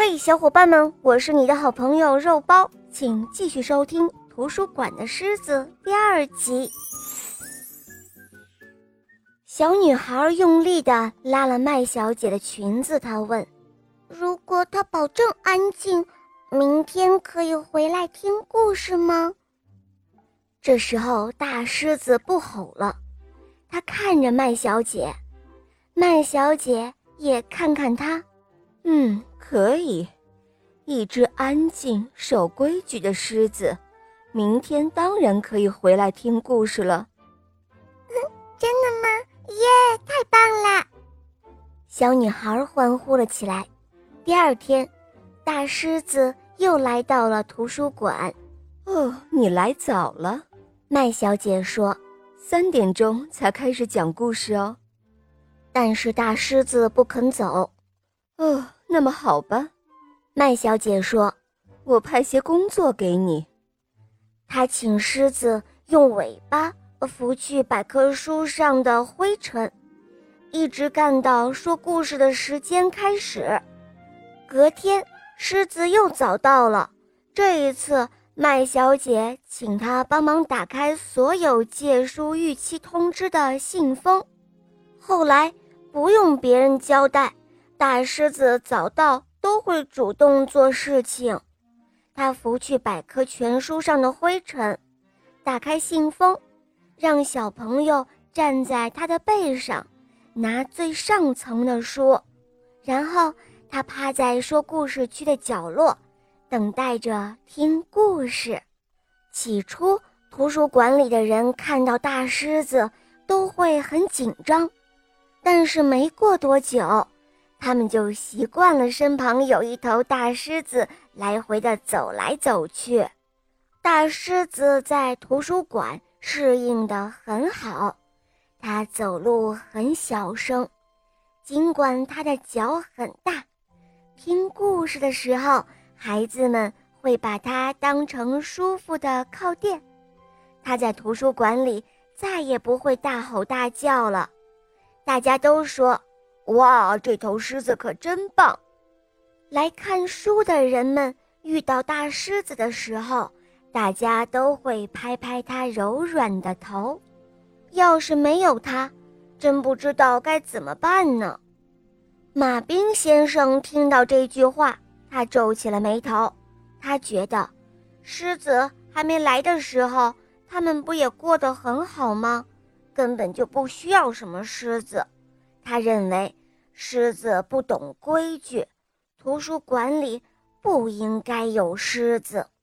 嘿，小伙伴们，我是你的好朋友肉包，请继续收听《图书馆的狮子》第2集。小女孩用力地拉了麦小姐的裙子，她问：“如果她保证安静，明天可以回来听故事吗？”这时候，大狮子不吼了，他看着麦小姐，麦小姐也看看他。 可以。一只安静、守规矩的狮子，明天当然可以回来听故事了。 真的吗？耶，太棒了！小女孩欢呼了起来。第2天，大狮子又来到了图书馆。 你来早了， 麦小姐说 ，3点钟才开始讲故事哦。 但是大狮子不肯走。 那么好吧， 麦小姐说， 我派些工作给你。 她请狮子用尾巴拂去百科书上的灰尘，一直干到说故事的时间开始。隔天，狮子又早到了，这一次麦小姐请他帮忙打开所有借书逾期通知的信封。后来不用别人交代，大狮子早到都会主动做事情。他拂去百科全书上的灰尘，打开信封，让小朋友站在他的背上，拿最上层的书，然后他趴在说故事区的角落，等待着听故事。起初，图书馆里的人看到大狮子都会很紧张，但是没过多久，他们就习惯了身旁有一头大狮子来回地走来走去。大狮子在图书馆适应得很好，它走路很小声，尽管它的脚很大。听故事的时候，孩子们会把它当成舒服的靠垫。它在图书馆里再也不会大吼大叫了。大家都说，哇，这头狮子可真棒！来看书的人们遇到大狮子的时候，大家都会拍拍它柔软的头。要是没有它，真不知道该怎么办呢。马兵先生听到这句话，他皱起了眉头。他觉得，狮子还没来的时候，他们不也过得很好吗？根本就不需要什么狮子。他认为狮子不懂规矩，图书馆里不应该有狮子。